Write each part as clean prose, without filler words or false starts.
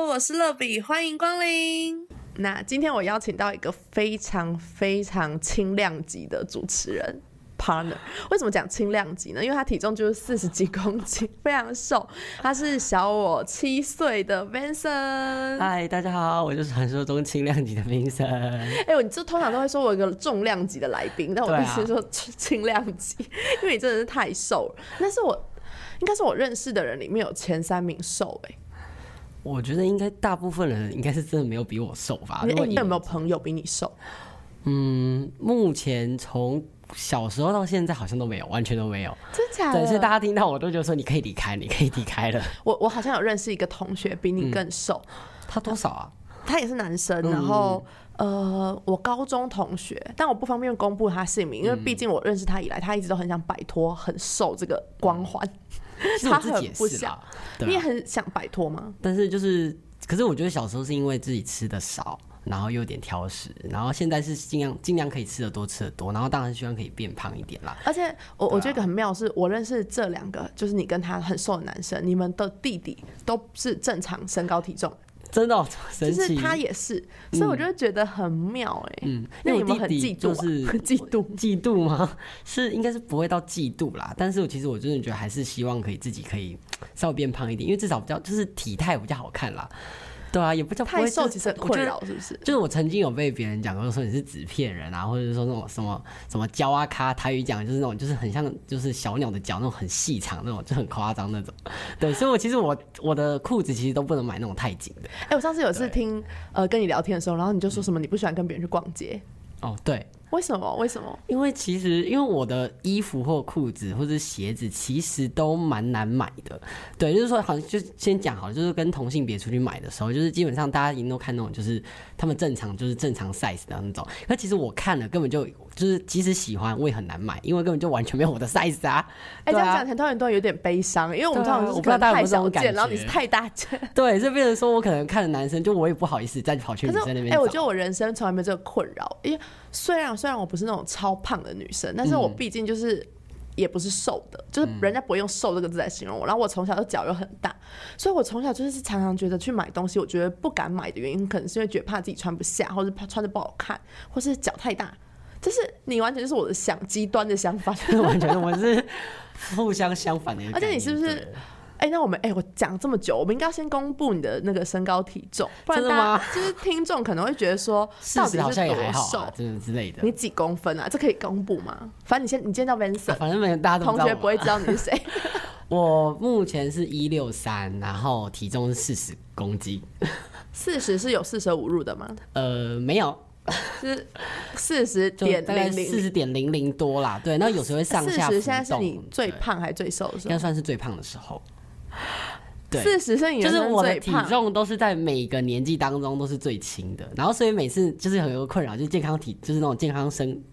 我是乐比，欢迎光临。那今天我邀请到一个非常非常轻量级的主持人 partner。 为什么讲轻量级呢？因为他体重就是40几公斤，非常瘦。他是小我7岁的 Vincent。 嗨，大家好，我就是传说中轻量级的 Vincent。 你这通常都会说我有一个重量级的来宾，但我必须说轻量级，因为你真的是太瘦了。但是应该是我认识的人里面有前3名瘦。 我觉得应该大部分人应该是真的没有比我瘦吧。 你有没有朋友比你瘦？ 目前从小时候到现在好像都没有，完全都没有。 真假的？ 对，所以大家听到我都觉得说你可以离开，你可以离开了。 我好像有认识一个同学比你更瘦。 他多少啊？ 他也是男生，然后我高中同学，但我不方便公布他姓名，因为毕竟我认识他以来，他一直都很想摆脱很瘦这个光环。他很不想。你也很想摆脱吗？ 但是可是我觉得小时候是因为自己吃的少，然后又有点挑食，然后现在是尽量可以吃的多吃的多，然后当然希望可以变胖一点啦。 而且我觉得很妙是，我认识这2个，就是你跟他很瘦的男生，你们的弟弟都是正常身高体重。 真的神奇， 就是他也是，所以我就觉得很妙因为你们很嫉妒， 就是嫉妒吗？应该是不会到嫉妒啦，但是其实我真的觉得还是希望自己可以稍微变胖一点，因为至少比较就是体态比较好看啦。对啊，也不叫不会太瘦，其实很困扰，是不是？ 就是我曾经有被别人讲过说你是纸片人啊，或者是说那种什么胶啊咖，台语讲就是那种就是很像就是小鸟的脚那种很细长那种，就很夸张那种。对，所以其实我的裤子其实都不能买那种太紧的。 我上次有次听跟你聊天的时候，然后你就说什么你不喜欢跟别人去逛街。 哦，对。 为什么？ 因为我的衣服或裤子或者鞋子其实都蛮难买的。对，就是说好像就先讲好了，就是跟同性别出去买的时候，就是基本上大家一定都看那种就是他们正常 size 的那种。可其实我看了根本就是即使喜欢我也很难买，因为根本就完全没有我的 size 啊。 这样讲很多人都有点悲伤，因为我们通常就是可能太小件，然后你是太大件。 对，就变成说我可能看了男生，就我也不好意思再跑去女生那边找。 我觉得我人生从来没有这个困扰，因为虽然我不是那种超胖的女生，但是我毕竟就是也不是瘦的，就是人家不会用瘦这个字来形容我。然后我从小的脚又很大，所以我从小就是常常觉得去买东西，我觉得不敢买的原因，可能是因为觉得怕自己穿不下，或是怕穿着不好看，或是脚太大。就是你完全就是我的极端的想法， 完全我们是互相相反的一个概念。 而且你是不是？那我讲这么久，我们应该要先公布你的那个身高体重，不然大家就是听众可能会觉得说，到底是多瘦之类的。 你几公分啊？这可以公布吗？反正你先叫 Vincent， 反正大家都同学不会知道你是谁。 我目前是163，然后体重是40公斤。 40是有4舍5入的吗？ 没有。 是40.00 多啦，对，那有时候会上下浮动。40 现在是你最胖还是最瘦的时候？ 应该算是最胖的时候。对 ，40是你人生最胖， 就是我的体重都是在每个年纪当中都是最轻的，然后所以每次就是很有困扰，就是就是那种健康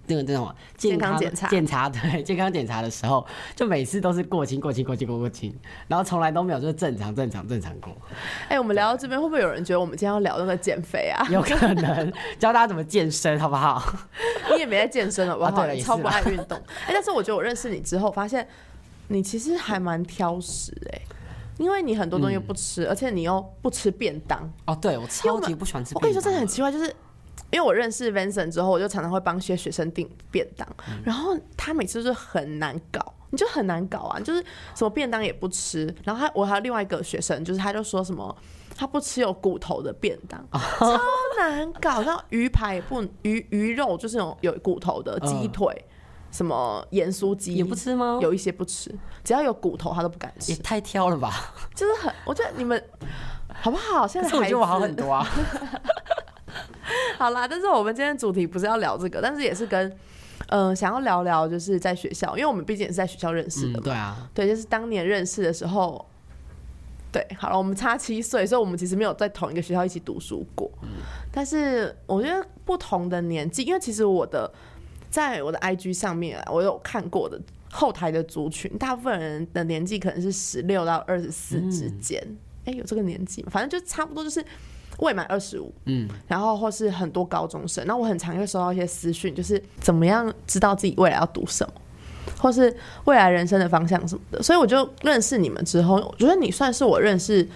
检查，对，健康检查的时候，就每次都是过轻，然后从来都没有就是正常过。 我们聊到这边，会不会有人觉得我们今天要聊那个减肥啊？ 有可能教大家怎么健身，好不好？ 你也没在健身好不好？ 对， 你超不爱运动。但是我觉得我认识你之后，发现你其实还蛮挑食因为你很多东西不吃，而且你又不吃便当。 对，我超级不喜欢吃便当。 我跟你说，真的很奇怪，就是因为我认识 Vincent 之后，我就常常会帮一些学生订便当，然后他每次就是很难搞，你就很难搞啊，就是什么便当也不吃。然后我还有另外一个学生，就是他就说什么他不吃有骨头的便当，超难搞。然后鱼排也不鱼肉就是有骨头的鸡腿。什么盐酥鸡也不吃吗？ 有一些不吃，只要有骨头他都不敢吃。 也太挑了吧！ 就是我觉得你们好不好？现在我觉得我好很多啊。 好啦，但是我们今天主题不是要聊这个，但是也是跟想要聊聊，就是在学校，因为我们毕竟也是在学校认识的嘛。 对啊， 对，就是当年认识的时候。对，好了，我们差7岁，所以我们其实没有在同一个学校一起读书过。但是我觉得不同的年纪，因为其实在我的 IG 上面我有看过的后台的族群，大部分人的年纪可能是16到24之间。有这个年纪吗？反正就差不多就是未满25，然后或是很多高中生。那我很常会收到一些私讯，就是怎么样知道自己未来要读什么，或是未来人生的方向什么的。所以我就认识你们之后，我觉得你算是我认识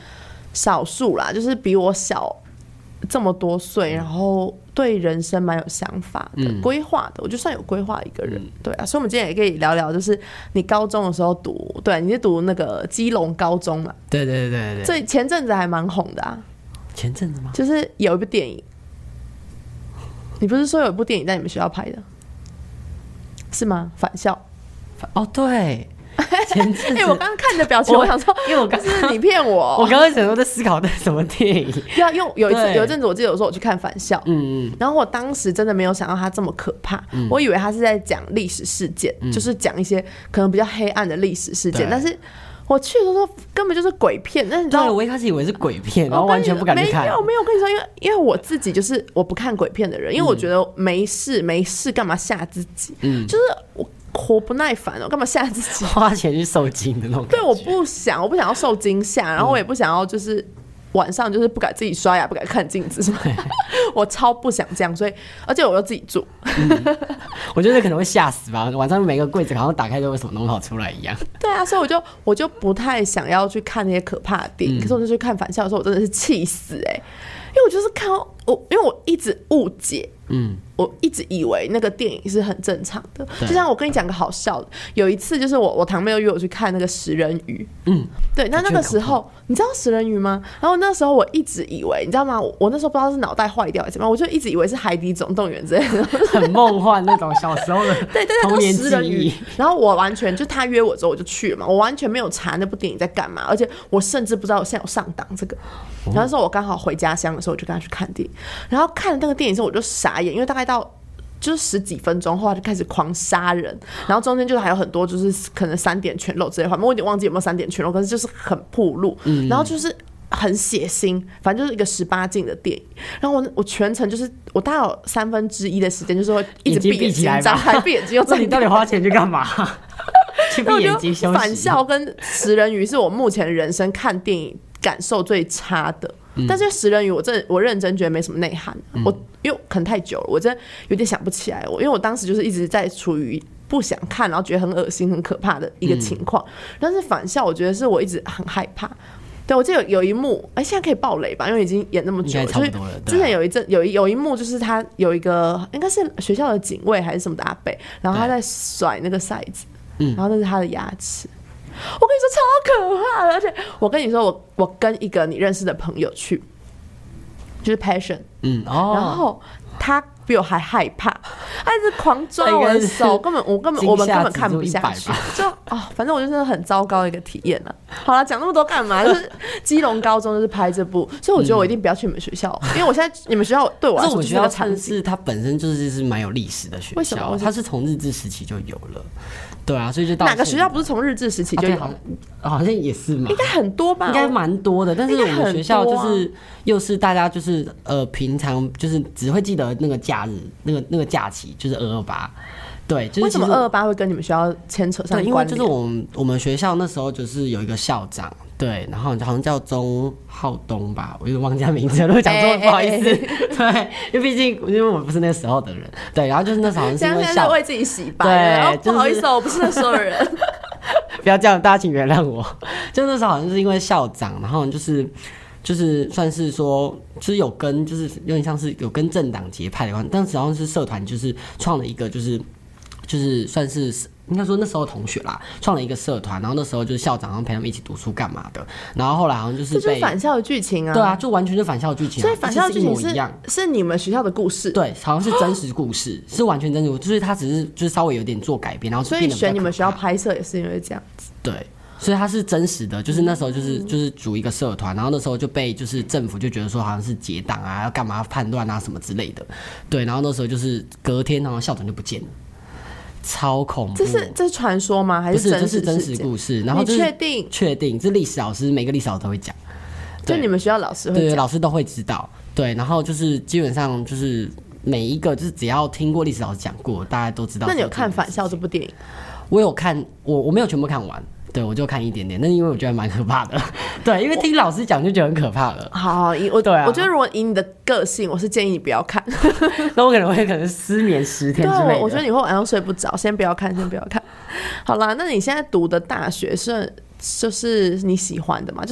少数啦，就是比我小这么多岁，然后对人生蛮有想法的、规划的，我就算有规划一个人。对啊，所以我们今天也可以聊聊，就是你高中的时候读，对，你是读那个基隆高中嘛？ 对对对对， 所以前阵子还蛮红的啊。 前阵子吗？ 就是有一部电影，你不是说有一部电影在你们学校拍的，是吗？返校。 哦，对。前阵子， 我刚刚看你的表情，我想说， 因为我刚是你骗我。 我刚刚想说在思考那什么电影。 有一阵子，我记得我说我去看返校，然后我当时真的没有想到它这么可怕，我以为他是在讲历史事件，就是讲一些可能比较黑暗的历史事件，但是我去的时候根本就是鬼片。但是你知道， 对，我一开始以为是鬼片，然后完全不敢去看。 没有，我跟你说，因为我自己就是我不看鬼片的人，因为我觉得没事干嘛吓自己？就是我活不耐烦哦，干嘛吓自己？ 花钱去受惊的那种感觉。 对，我不想要受惊吓，然后我也不想要就是晚上就是不敢自己刷牙，不敢看镜子什么，我超不想这样，所以而且我又自己住， 我觉得可能会吓死吧。晚上每个柜子好像打开都有什么东西跑出来一样。 对啊，所以我就不太想要去看那些可怕的电影。可是我就去看返校的时候，我真的是气死因为我就是看到因为我一直误解。我一直以为那个电影是很正常的，就像我跟你讲个好笑的，有一次就是我堂妹又约我去看那个食人鱼，对，那个时候你知道食人鱼吗？然后那时候我一直以为，你知道吗？我那时候不知道是脑袋坏掉还是怎么样，我就一直以为是海底总动员之类的， 很梦幻那种小时候的童年记忆。 然后我完全就他约我之后我就去了嘛，我完全没有查那部电影在干嘛，而且我甚至不知道我现在有上档这个。然后那时候我刚好回家乡的时候，我就跟他去看电影，然后看了那个电影之后我就傻眼，因为大概到就是10几分钟后，他就开始狂杀人，然后中间就是还有很多就是可能3点全露之类的画面，我有点忘记有没有3点全露，可是就是很暴露，然后就是很血腥，反正就是一个18禁的电影。然后我全程就是我大概有1/3的时间就是会一直闭眼睛，张开闭眼睛又睁开。 你到底花钱去干嘛？去闭眼睛休息。 返校跟食人鱼是我目前人生看电影感受最差的。但是食人鱼我认真觉得没什么内涵，因为可能太久了，我真的有点想不起来。因为我当时就是一直在处于不想看，然后觉得很恶心、很可怕的一个情况。但是返校，我觉得是我一直很害怕。对，我记得有一幕，现在可以爆雷吧？因为已经演那么久了， 差不多了。 之前有一幕，就是他有一个应该是学校的警卫还是什么的阿伯，然后他在甩那个骰子，然后那是他的牙齿。我跟你说超可怕的，而且我跟你说，我跟一个你认识的朋友去，就是 Passion，然后他比我还害怕，他一直狂抓我的手，我们根本看不下去，反正我就是很糟糕的一个体验了。好了，讲那么多干嘛？就是基隆高中就是拍这部，所以我觉得我一定不要去你们学校，因为我现在你们学校对我来说就是那个场景， 它本身就是蛮有历史的学校， 为什么？ 它是从日治时期就有了。对啊，所以就到哪个学校不是从日治时期就有？ 好像也是嘛， 应该很多吧， 应该蛮多的。但是我们学校就是又是大家就是平常就是只会记得那个假日，那个假期就是228。对，就是为什么228会跟你们学校牵扯上关联？ 对，因为就是我们学校那时候就是有一个校长，对，然后好像叫钟浩东吧，我有点忘记他名字了，如果讲错不好意思。对，因为毕竟因为我不是那个时候的人，对，然后就是那时候好像是因为现在为自己洗白， 对， 不好意思，我不是那时候的人。 不要这样，大家请原谅我。就那时候好像是因为校长，然后就是算是说，就是有跟就是有点像是有跟政党结派的关系，但实际上是社团就是创了一个就是算是应该说那时候同学啦，创了一个社团，然后那时候就是校长然后陪他们一起读书干嘛的，然后后来好像就是这就是返校的剧情啊。 对啊，就完全是返校的剧情， 所以返校的剧情是你们学校的故事， 对，好像是真实故事，是完全真实，就是他只是就是稍微有点做改编，然后所以选你们学校拍摄也是因为这样子， 对。所以它是真实的，就是那时候就是组一个社团，然后那时候就被就是政府就觉得说好像是结党啊，要干嘛叛乱啊什么之类的，对，然后那时候就是隔天，然后校长就不见了，超恐怖。这是传说吗？还是这是真实故事？然后你确定？ 确定，这历史老师每个历史老师都会讲， 就你们学校老师会讲， 对，老师都会知道，对，然后就是基本上就是每一个就是只要听过历史老师讲过，大家都知道。 那你有看《返校》这部电影？ 我有看，我没有全部看完。对，我就看一点点，但是因为我觉得蛮可怕的，对，因为听老师讲就觉得很可怕了。 好，对啊，我觉得如果以你的个性，我是建议你不要看， 那我可能失眠10天之类的。 对，我觉得你会晚上睡不着，先不要看，先不要看。好啦，那你现在读的大学就是你喜欢的嘛？就是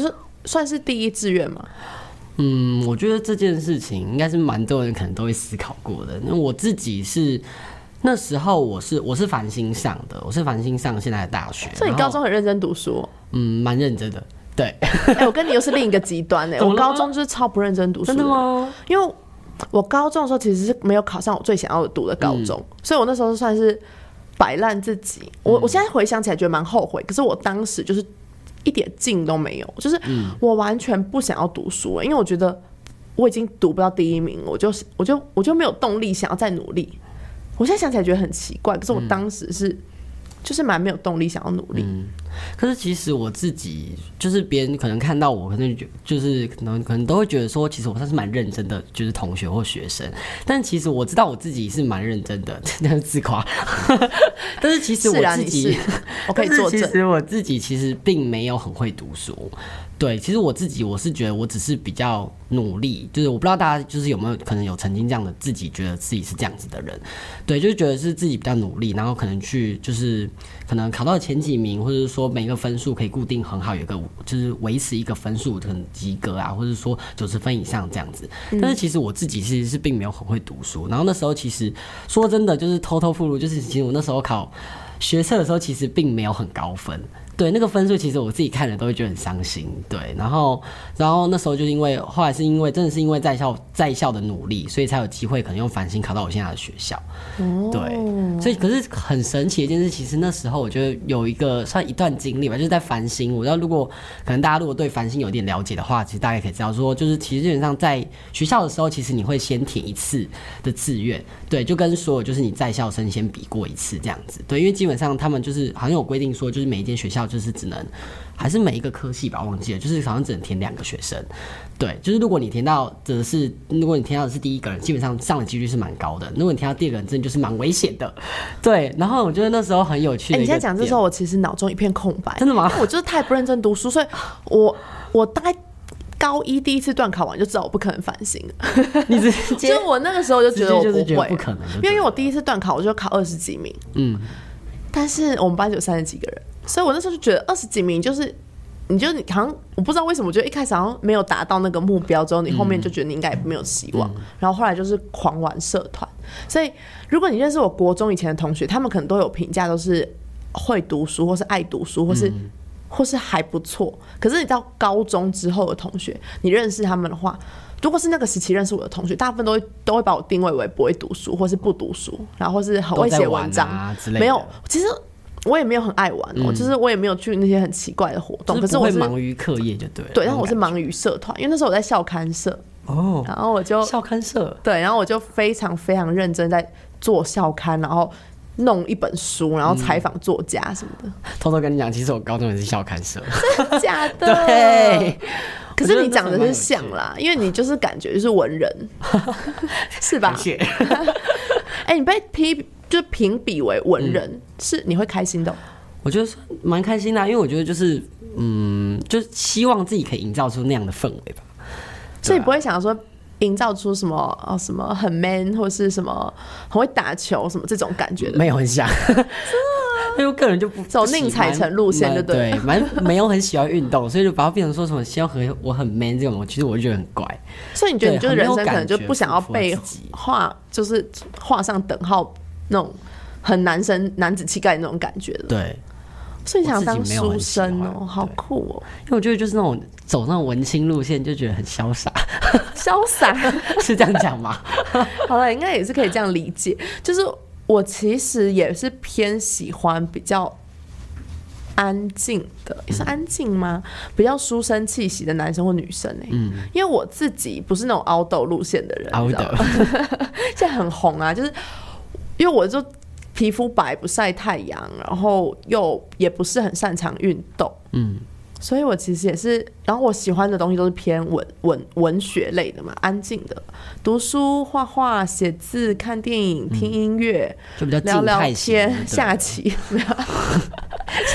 算是第一志愿吗？ 我觉得这件事情应该是蛮多人可能都会思考过的。那我自己是那时候我是繁星上的，我是繁星上现在的大学。 所以你高中很认真读书哦？ 蛮认真的。对， 我跟你又是另一个极端我高中就是超不认真读书。 真的吗？ 因为我高中的时候其实是没有考上我最想要读的高中，所以我那时候算是摆烂自己。我现在回想起来觉得蛮后悔，可是我当时就是一点劲都没有，就是我完全不想要读书因为我觉得我已经读不到第一名，我就没有动力想要再努力。我现在想起来觉得很奇怪，可是我当时就是蛮没有动力想要努力。 可是其实我自己就是别人可能看到我，可能就是可能都会觉得说，其实我算是蛮认真的，就是同学或学生。但其实我知道我自己是蛮认真的，那是自夸。但是其实我自己， 我可以作证。 其实我自己其实并没有很会读书。对，其实我是觉得我只是比较努力，就是我不知道大家就是有没有可能有曾经这样的自己觉得自己是这样子的人，对，就是觉得是自己比较努力，然后可能去就是可能考到前几名，或者是说每个分数可以固定很好，有一个就是维持一个分数可能及格啊，或者说90分以上这样子。但是其实我自己其实是并没有很会读书，然后那时候其实说真的就是偷偷附录，就是其实我那时候考学测的时候其实并没有很高分。对，那个分数其实我自己看了都会觉得很伤心。对，然后那时候就后来是因为真的是因为在校的努力，所以才有机会可能用繁星考到我现在的学校。对，所以可是很神奇的一件事，其实那时候我觉得有算一段经历吧，就是在繁星。我知道可能大家如果对繁星有点了解的话，其实大概可以知道说，就是其实基本上在学校的时候，其实你会先填一次的志愿，对，就跟所有就是你在校生先比过一次这样子。对，因为基本上他们就是好像有规定说，就是每一间学校就是只能还是每一个科系吧，忘记了，就是好像只能填2个学生。对，就是如果你填到的是第一个人，基本上上的几率是蛮高的。如果你填到第2个人，真的就是蛮危险的。对，然后我觉得那时候很有趣的一个点。 你现在讲这时候，我其实脑中一片空白。 真的吗？ 我就是太不认真读书，所以我大概高一第一次段考完就知道我不可能繁星了。 你直接就我那个时候就觉得我不会， 不可能， 因为我第一次段考我就考20几名，但是我们班有30几个人，所以我那时候就觉得20几名就是你好像我不知道为什么，我觉得一开始好像没有达到那个目标之后，你后面就觉得你应该也没有希望，然后后来就是狂玩社团。所以如果你认识我国中以前的同学，他们可能都有评价，都是会读书或是爱读书或是还不错。可是你到高中之后的同学，你认识他们的话，如果是那个时期认识我的同学，大部分都会把我定位为不会读书或是不读书，然后或是很会写文章之类的。 没有，其实我也没有很爱玩就是我也没有去那些很奇怪的活动， 可是我是忙于课业就对了。 对，但我是忙于社团，因为那时候我在校刊社然后我就校刊社， 对，然后我就非常非常认真在做校刊，然后弄一本书，然后采访作家什么的。 偷偷跟你讲，其实我高中也是校刊社。 真的假的？ 对。 可是你长得是像啦，因为你就是感觉就是文人，是吧？你被评比为文人，是你会开心的我觉得蛮开心的因为我觉得就是就是希望自己可以营造出那样的氛围吧。 所以不会想说营造出什么什么很 man 或是什么很会打球什么这种感觉的， 没有很想。因为我个人就不走宁采臣路线，就对， 没有很喜欢运动，所以就把它变成说什么希望和我很 man 这种，其实我就觉得很怪。 所以你觉得你就是人生可能就不想要被就是画上等号那种很男子气概那种感觉的。 对。 所以你想当书生好酷因为我觉得就是那种走那种文青路线，就觉得很潇洒。 潇洒是这样讲吗？ 好了，应该也是可以这样理解。就是我其实也是偏喜欢比较安静的，也是安静吗？比较书生气息的男生或女生因为我自己不是那种凹豆路线的人， 凹豆现在很红啊，就是因为我就皮肤白不晒太阳，然后又也不是很擅长运动，所以我其实也是，然后我喜欢的东西都是偏文学类的嘛，安静的，读书、画画、写字、看电影、听音乐， 就比较聊聊天、 下棋，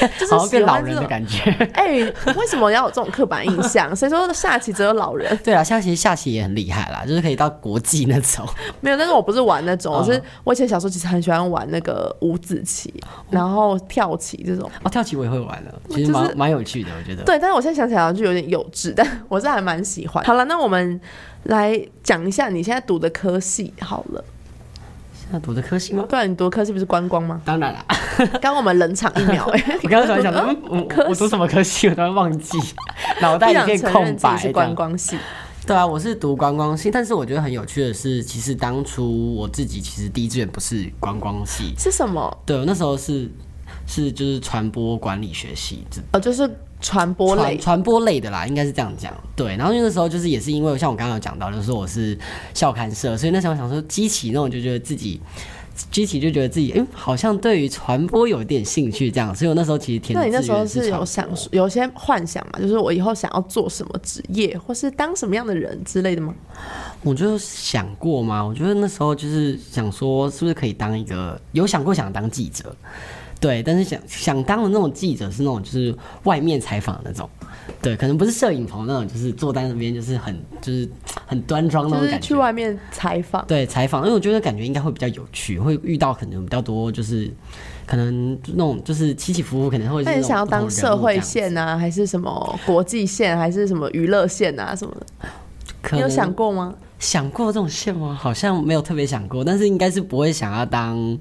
就是好像变老人喜欢这种的感觉。 为什么要有这种刻板印象？谁说下棋只有老人？ 对啊，下棋也很厉害啦，就是可以到国际那种。 没有，但是我不是玩那种，我以前小时候其实很喜欢玩那个五子棋，然后跳棋这种。 跳棋我也会玩的，其实蛮有趣的，我觉得。 对，但是我现在想起来就有点幼稚，但我是还蛮喜欢。好了，那我们来讲一下你现在读的科系好了。 现在读的科系吗？ 对啊，你读的科系不是观光吗？ 当然啦。 刚我们冷场1秒我刚刚突然想说，我读什么科系，我突然忘记，脑袋一片空白。 是观光系。 对啊，我是读观光系，但是我觉得很有趣的是，其实当初我自己其实第一志愿不是观光系。 是什么？ 对，我那时候是就是传播管理学系， 就是传播类的啦，应该是这样讲。对，然后那时候就是也是因为像我刚刚有讲到，就是说我是校刊社，所以那时候想说激起那种就觉得自己好像对于传播有点兴趣这样，所以我那时候其实填的志愿是传播。 那你那时候是有些幻想嘛，就是我以后想要做什么职业，或是当什么样的人之类的吗？ 我就想过嘛，我觉得那时候就是想说，是不是可以当有想过想当记者。对，但是想当的那种记者是那种就是外面采访的那种，对，可能不是摄影棚那种，就是坐在那边就是很端庄那种感觉， 就是去外面采访。 对，采访，因为我觉得感觉应该会比较有趣，会遇到可能比较多，就是可能那种就是起起伏伏，可能会是那种。那你想要当社会线啊，还是什么国际线，还是什么娱乐线啊什么的？你有想过吗？ 想过这种线吗？好像没有特别想过，但是应该是不会想要当。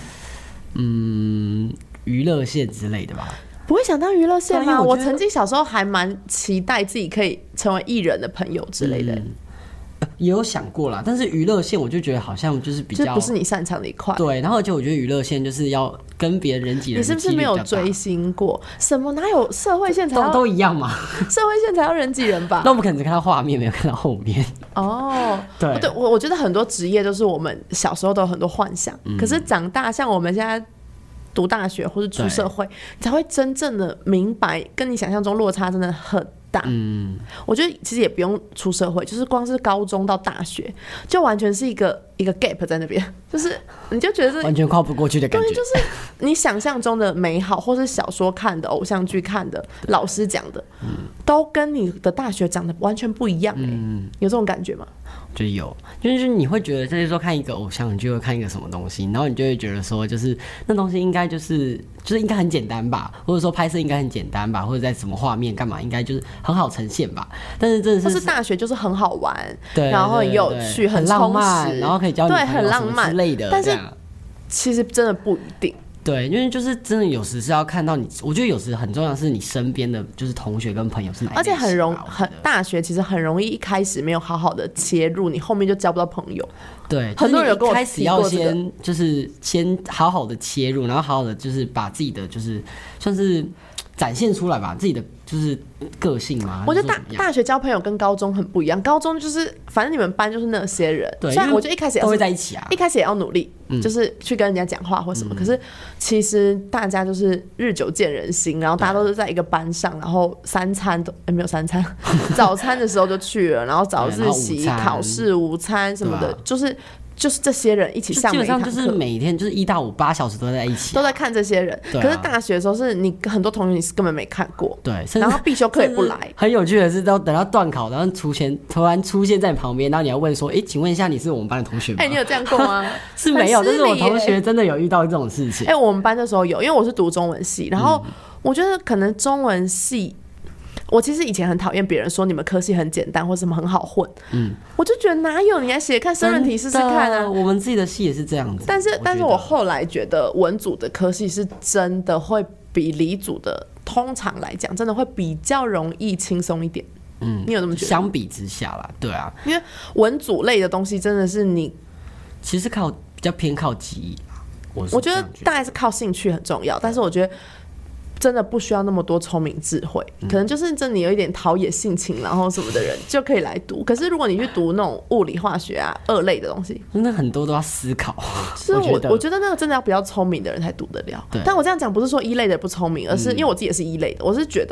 娱乐线之类的吧？ 不会想当娱乐线吗？我曾经小时候还蛮期待自己可以成为艺人的朋友之类的。 也有想过啦，但是娱乐线我就觉得好像就是比较就不是你擅长的一块。 对，然后而且我觉得娱乐线就是要跟别人人挤人， 你是不是没有追星过？什么哪有社会线才要都一样嘛？ 社会线才要人挤人吧？ 那我们可能只看到画面，没有看到后面。 哦， 对， 我觉得很多职业都是我们小时候都有很多幻想，可是长大像我们现在读大学或是出社会，你才会真正的明白，跟你想象中落差真的很大。我觉得其实也不用出社会，就是光是高中到大学，就完全是一个 gap 在那边，就是你就觉得完全跨不过去的感觉。 对，就是你想象中的美好，或是小说看的、偶像剧看的、老师讲的，都跟你的大学讲的完全不一样。有这种感觉吗？ 就有，就是你会觉得，就是说看一个偶像，你就会看一个什么东西，然后你就会觉得说，就是那东西应该就是应该很简单吧，或者说拍摄应该很简单吧，或者在什么画面干嘛，应该就是很好呈现吧。但是真的是， 或是大学就是很好玩， 对， 然后很有趣、 很充实，然后可以教你对，很浪漫之类的。 但是其实真的不一定。 对，因为就是真的有时是要看到你，我觉得有时很重要的是你身边的就是同学跟朋友是哪一类型，而且大学其实很容易一开始没有好好的切入，你后面就交不到朋友。 对， 很多人有跟我开始要先好好的切入，然后好好的就是把自己的就是算是展现出来吧，自己的就是个性嘛。 我觉得大学交朋友跟高中很不一样，高中就是反正你们班就是那些人， 对， 虽然我觉得一开始都会在一起啊， 一开始也要努力，就是去跟人家讲话或什么。可是其实大家就是日久见人心，然后大家都是在一个班上，然后三餐都没有三餐，早餐的时候就去了，然后早自习、考试、午餐什么的，就是这些人一起上每一堂课， 基本上就是每天就是1到5 8小时都在一起， 都在看这些人。可是大学的时候是你很多同学你是根本没看过， 对， 然后必修课也不来。 很有趣的是，等到段考，然后突然出现在你旁边，然后你要问说：“请问一下，你是我们班的同学吗？” 你有这样过吗？ 是没有，但是我同学真的有遇到这种事情。 我们班那时候有，因为我是读中文系，然后我觉得可能中文系。我其实以前很讨厌别人说你们科系很简单或什么很好混，我就觉得哪有，你来写看申论题试试看啊。 我们自己的系也是这样子。 但是我后来觉得文组的科系是真的会比理组的通常来讲真的会比较容易轻松一点。你有那么觉得？ 相比之下啦，对啊， 因为文组类的东西真的是你其实比较偏靠记忆。 我觉得大概是靠兴趣很重要，但是我觉得。真的不需要那么多聪明智慧，可能就是真的有一点陶冶性情，然后什么的人就可以来读。可是如果你去读那种物理、化学啊2类的东西， 真的很多都要思考。 就是我觉得那个真的要比较聪明的人才读得了。但我这样讲不是说1类的不聪明，而是因为我自己也是1类的，我是觉得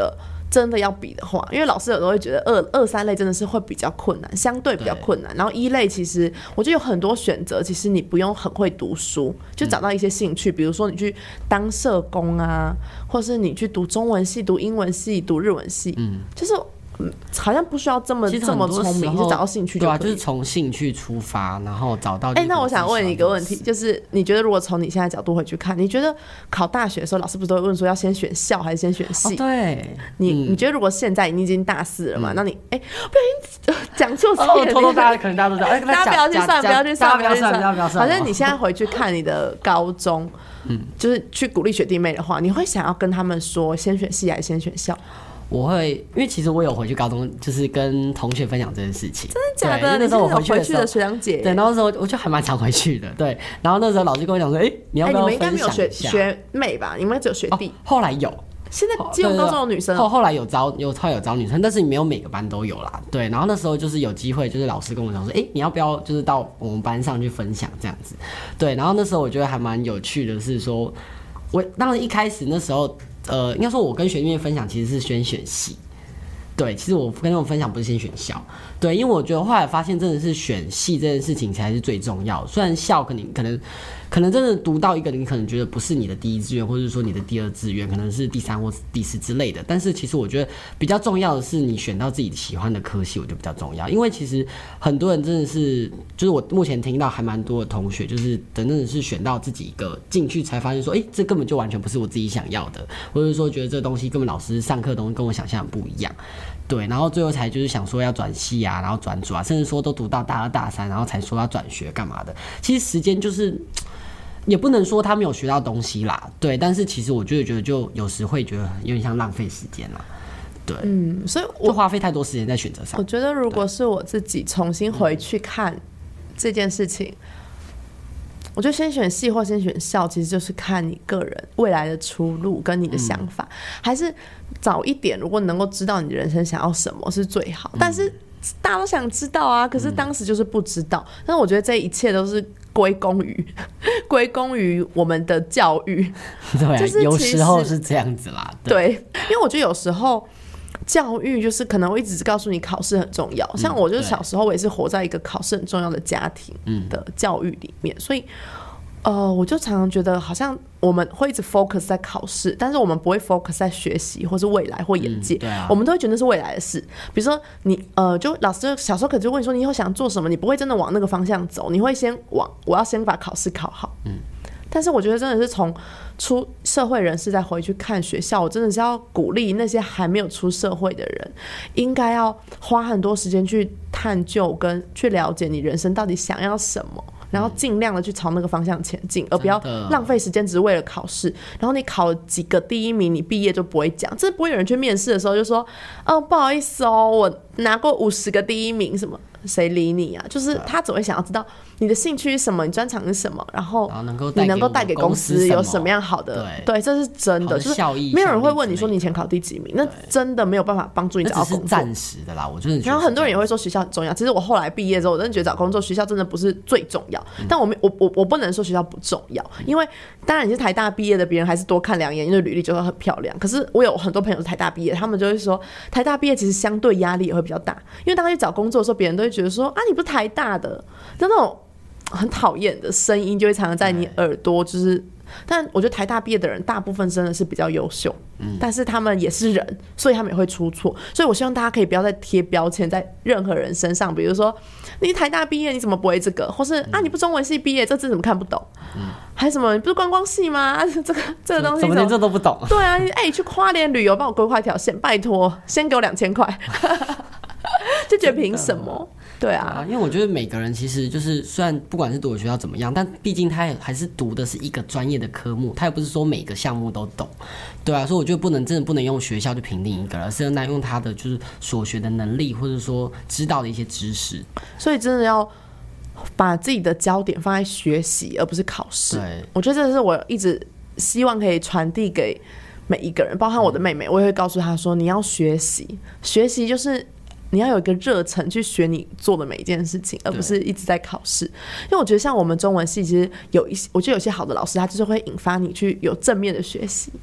真的要比的话，因为老师有时候会觉得二三类真的是会比较困难，相对比较困难。然后一类其实我觉得有很多选择，其实你不用很会读书，就找到一些兴趣，比如说你去当社工啊，或是你去读中文系、读英文系、读日文系，就是好像不需要这么聪明，就找到兴趣就可以。 对啊，就是从兴趣出发，然后找到。 那我想问你一个问题，就是你觉得如果从你现在角度回去看，你觉得考大学的时候，老师不是都会问说要先选校还是先选系？ 对， 你觉得如果现在你已经大4了嘛，那你不小心讲错字了， 偷偷大家可能大家都知道， 大家不要去算，不要去算， 不要算。 反正你现在回去看你的高中，就是去鼓励学弟妹的话，你会想要跟他们说先选系还是先选校？ 我会，因为其实我有回去高中，就是跟同学分享这件事情。 真的假的？ 那时候我回去的学长姐。 对，然后那时候我就还蛮常回去的。对，然后那时候老师跟我讲说，你要不要分享一下？你们应该没有学妹吧？你们只有学弟。后来有。 现在基本高中有女生。 后来有招女生，但是没有每个班都有啦。对，然后那时候就是有机会，就是老师跟我讲说，你要不要就是到我们班上去分享这样子？对，然后那时候我觉得还蛮有趣的是说，我当然一开始那时候。应该说，我跟学弟妹分享其实是先选系，对，其实我跟他们分享不是先选校，对，因为我觉得后来发现真的是选系这件事情才是最重要。虽然校可能真的读到一个你可能觉得不是你的第一志愿，或者说你的第2志愿，可能是第3或第4之类的。但是其实我觉得比较重要的是你选到自己喜欢的科系，我觉得比较重要。因为其实很多人真的是，就是我目前听到还蛮多的同学，就是真的是选到自己一个进去才发现说，这根本就完全不是我自己想要的，或者说觉得这东西根本老师上课的东西跟我想象的不一样。对，然后最后才就是想说要转系啊，然后转组啊，甚至说都读到大2、大3，然后才说要转学干嘛的。其实时间就是也不能说他没有学到东西啦，对，但是其实我觉得就有时会觉得有点像浪费时间啦，对， 所以就花费太多时间在选择上。 我觉得如果是我自己重新回去看这件事情，我觉得先选系或先选校，其实就是看你个人未来的出路跟你的想法，还是早一点，如果能够知道你的人生想要什么是最好。但是大家都想知道啊，可是当时就是不知道。但是我觉得这一切都是归功于我们的教育， 对， 就是有时候是这样子啦。 对，因为我觉得有时候教育就是可能会一直告诉你考试很重要，像我就是小时候我也是活在一个考试很重要的家庭的教育里面，所以我就常常觉得好像我们会一直 focus 在考试，但是我们不会 focus 在学习或是未来或眼界，我们都会觉得那是未来的事。比如说你就老师小时候可能就问你说你以后想做什么，你不会真的往那个方向走，你会先往我要先把考试考好。但是我觉得真的是从出社会人士再回去看学校，我真的是要鼓励那些还没有出社会的人，应该要花很多时间去探究跟去了解你人生到底想要什么，然后尽量的去朝那个方向前进，而不要浪费时间只是为了考试。然后你考几个第1名，你毕业就不会讲，这不会有人去面试的时候就说不好意思我拿过50个第1名什么。谁理你啊？就是他只会想要知道你的兴趣是什么，你专长是什么，然后你能够带给公司有什么样好的，对，这是真的，就是没有人会问你说你以前考第几名，那真的没有办法帮助你找到工作， 那只是暂时的啦。我真的觉得， 然后很多人也会说学校很重要，其实我后来毕业之后，我真的觉得找工作学校真的不是最重要，但我不能说学校不重要，因为当然你是台大毕业的，别人还是多看2眼，因为履历就会很漂亮。可是我有很多朋友是台大毕业，他们就会说台大毕业其实相对压力也会比较大，因为当他去找工作的时候，别人都会觉得说你不是台大的，那种很讨厌的声音就会常常在你耳朵，就是但我觉得台大毕业的人大部分真的是比较优秀，但是他们也是人，所以他们也会出错。所以我希望大家可以不要再贴标签在任何人身上，比如说你台大毕业你怎么不会这个，或是你不中文系毕业这字怎么看不懂，还是什么你不是观光系吗？这个东西怎么连这都不懂？ 对啊，去花莲旅游帮我规划一条线，拜托先给我2000块，就觉得凭什么？对啊， 因为我觉得每个人其实就是虽然不管是读的学校怎么样，但毕竟他还是读的是一个专业的科目，他也不是说每个项目都懂，对啊，所以我觉得真的不能用学校去评定一个，而是要用他的就是所学的能力，或者说知道的一些知识。 所以真的要把自己的焦点放在学习，而不是考试。 对， 我觉得这是我一直希望可以传递给每一个人，包含我的妹妹，我也会告诉她说，你要学习，学习就是你要有一个热忱去学你做的每一件事情，而不是一直在考试。因为我觉得像我们中文系，其实我觉得有些好的老师，他就是会引发你去有正面的学习。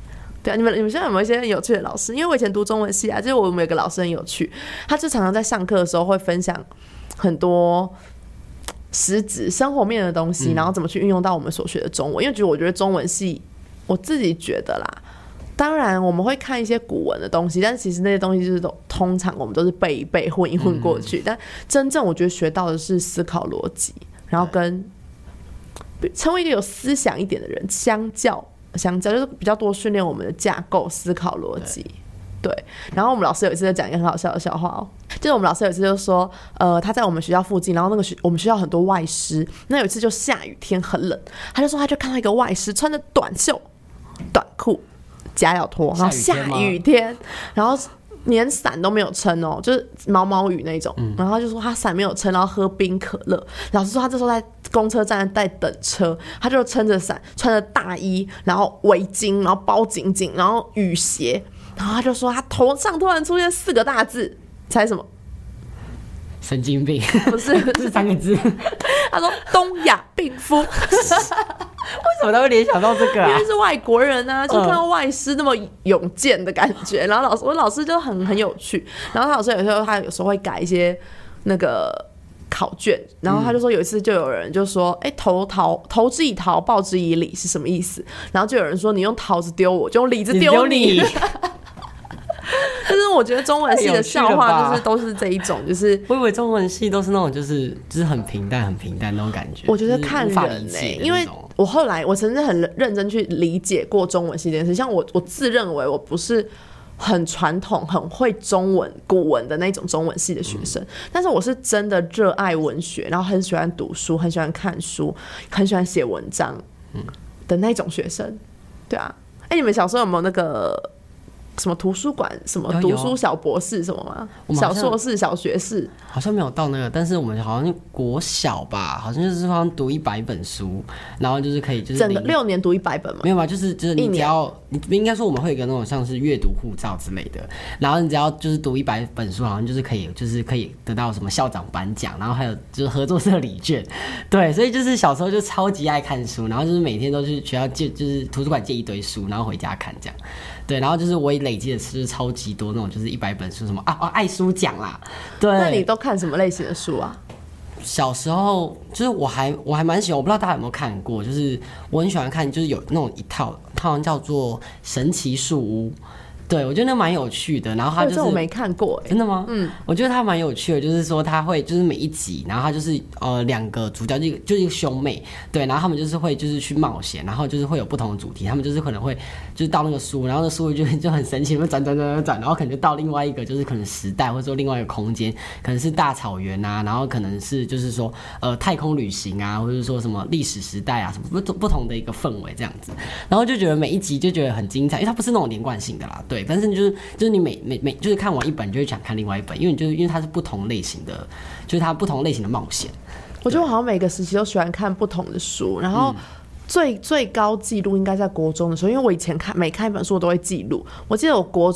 对啊，你们现在有没有一些很有趣的老师？因为我以前读中文系啊，就是我们有个老师很有趣，他就常常在上课的时候会分享很多实质生活面的东西，然后怎么去运用到我们所学的中文。因为我觉得中文系，我自己觉得啦，当然我们会看一些古文的东西，但是其实那些东西就是通常我们都是背一背混一混过去，但真正我觉得学到的是思考逻辑，然后跟成为一个有思想一点的人，相较就是比较多训练我们的架构思考逻辑。对，然后我们老师有一次就讲一个很好笑的笑话哦，就是我们老师有一次就说，他在我们学校附近，然后我们学校很多外师，那有一次就下雨天很冷，他就说他就看到一个外师穿着短袖、短裤、夹脚拖，然后下雨天，然后连伞都没有撑哦，就是毛毛雨那种，然后他就说他伞没有撑，然后喝冰可乐。老师说他这时候在公车站在等车，他就撑着伞，穿着大衣，然后围巾，然后包紧紧，然后雨鞋，然后他就说他头上突然出现4个大字，猜什么？ 神经病？ 不是， 是3个字。 他说东亚病夫。 为什么他会联想到这个啊？ 因为是外国人啊，就看到外师那么勇健的感觉，然后我老师就很有趣，然后他有时候会改一些那个考卷，然后他就说有一次就有人就说，投之以桃，报之以李是什么意思？然后就有人说你用桃子丢我，就用李子丢你。但是我觉得中文系的笑话就是都是这一种，就是我以为中文系都是那种就是很平淡那种感觉。 我觉得看人因为我后来我曾经很认真去理解过中文系这件事，像我自认为我不是很传统、很会中文古文的那种中文系的学生，但是我是真的热爱文学，然后很喜欢读书，很喜欢看书，很喜欢写文章的那种学生。对啊，你们小时候有没有那个什么图书馆什么读书小博士什么吗？小硕士、小学士好像没有到那个，但是我们好像国小吧，好像就是好像读100本书，然后就是可以就是整个6年读100本吗？ 没有吧，就是你只要你应该说我们会有一个那种像是阅读护照之类的，然后你只要就是读100本书，好像就是可以得到什么校长颁奖，然后还有就是合作社礼券，对，所以就是小时候就超级爱看书，然后就是每天都去学校借就是图书馆借一堆书，然后回家看这样。对，然后就是我也累积的是超级多那种，就是100本书什么爱书奖啦。对， 那你都看什么类型的书啊？ 小时候就是我还蛮喜欢，我不知道大家有没有看过，就是我很喜欢看，就是有那种一套，它好像叫做《神奇树屋》。对，我觉得那蛮有趣的。然后他就是我没看过真的吗？我觉得他蛮有趣的，就是说他会就是每一集，然后他就是2个主角就是一个兄妹，对，然后他们就是会就是去冒险，然后就是会有不同的主题，他们就是可能会就是到那个书，然后那书就很神奇，会转，然后可能就到另外一个就是可能时代或者说另外一个空间，可能是大草原啊，然后可能是就是说太空旅行啊，或者说什么历史时代啊，什么不同的一个氛围这样子，然后就觉得每一集就觉得很精彩，因为它不是那种连贯性的啦，对。但是就是你每就是看完一本，就会想看另外一本，因为它是不同类型的，就是它不同类型的冒险。 我觉得我好像每个时期都喜欢看不同的书，然后最高纪录应该在国中的时候，因为我以前每看一本书我都会记录。我记得我国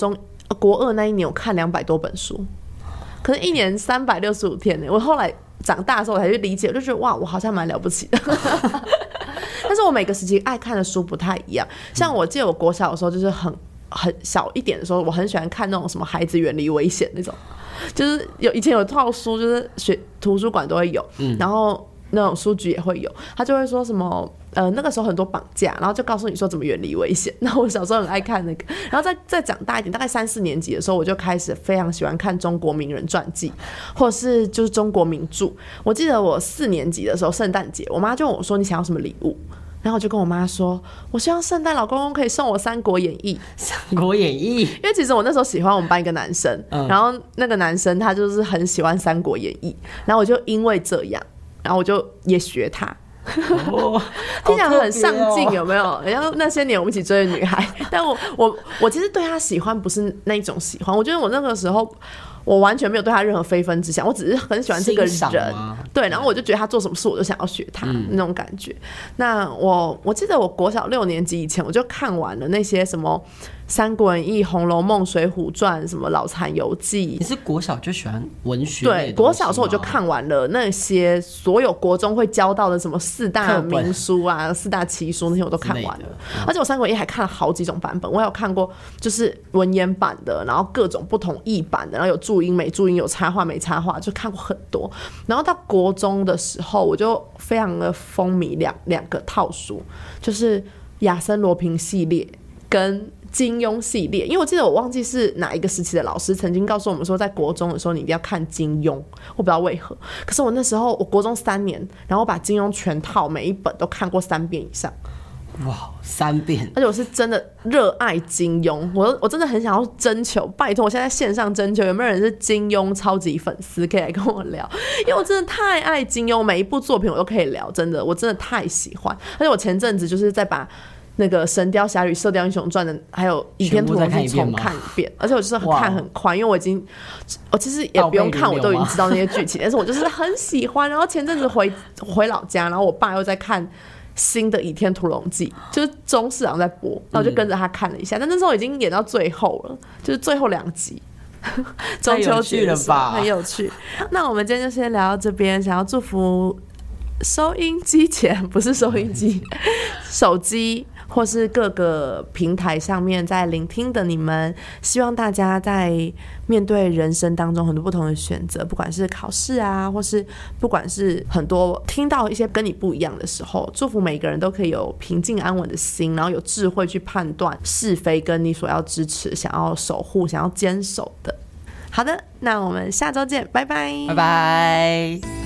2那一年我看200多本书，可是1年365天呢。我后来长大的时候我才去理解，我就觉得哇，我好像蛮了不起的。但是我每个时期爱看的书不太一样，像我记得我国小的时候就是很小一点的时候，我很喜欢看那种什么孩子远离危险那种，就是以前有套书，就是图书馆都会有，然后那种书局也会有，他就会说什么那个时候很多绑架，然后就告诉你说怎么远离危险。然后我小时候很爱看那个，然后再长大一点，大概3、4年级的时候，我就开始非常喜欢看中国名人传记，或者是就是中国名著。我记得我4年级的时候，圣诞节，我妈就问我说你想要什么礼物？然后我就跟我妈说，我希望圣诞老公公可以送我《三国演义》。 三国演义， 因为其实我那时候喜欢我们班一个男生，然后那个男生他就是很喜欢《三国演义》，然后我就因为这样，然后我就也学他。听起来很上进，有没有？然后那些年我们一起追的女孩，但我其实对他喜欢不是那种喜欢，我觉得我那个时候我完全没有对他任何非分之想，我只是很喜欢这个人，对，然后我就觉得他做什么事我就想要学他、那种感觉。那我记得我国小6年级以前我就看完了那些什么《三国演义》《红楼梦》《水浒传》什么《老残游记》。 你是国小就喜欢文学类的东西吗？ 对，国小的时候我就看完了那些所有国中会教到的什么4大名书啊、4大奇书那些我都看完了。而且我《三国演义》还看了好几种版本，我还有看过就是文言版的，然后各种不同译版的，然后有注音没注音，有插画没插画，就看过很多。然后到国中的时候，我就非常的风靡两个套书，就是亚森罗平系列跟金庸系列。因为我记得我忘记是哪一个时期的老师曾经告诉我们说，在国中的时候你一定要看金庸，我不知道为何。可是我那时候我国中3年，然后把金庸全套每一本都看过3遍以上。 哇，3遍！ 而且我是真的热爱金庸，我真的很想要征求，拜托，我现在线上征求有没有人是金庸超级粉丝，可以来跟我聊，因为我真的太爱金庸，每一部作品我都可以聊，真的，我真的太喜欢。而且我前阵子就是在把那个《神雕侠侣》《射雕英雄传》的，还有《倚天屠龙记》重看一遍，而且我就是看很快，因为我其实也不用看，我都已经知道那些剧情，但是我就是很喜欢。然后前阵子回老家，然后我爸又在看新的《倚天屠龙记》，就是中视好像在播，然后我就跟着他看了一下，但那时候已经演到最后了，就是最后2集。中秋节了吧，很有趣。那我们今天就先聊到这边，想要祝福收音机前，不是收音机，手机或是各个平台上面在聆听的你们，希望大家在面对人生当中很多不同的选择，不管是考试啊，或是不管是很多听到一些跟你不一样的时候，祝福每个人都可以有平静安稳的心，然后有智慧去判断是非跟你所要支持、想要守护、想要坚守的。好的，那我们下周见，拜拜， 拜拜。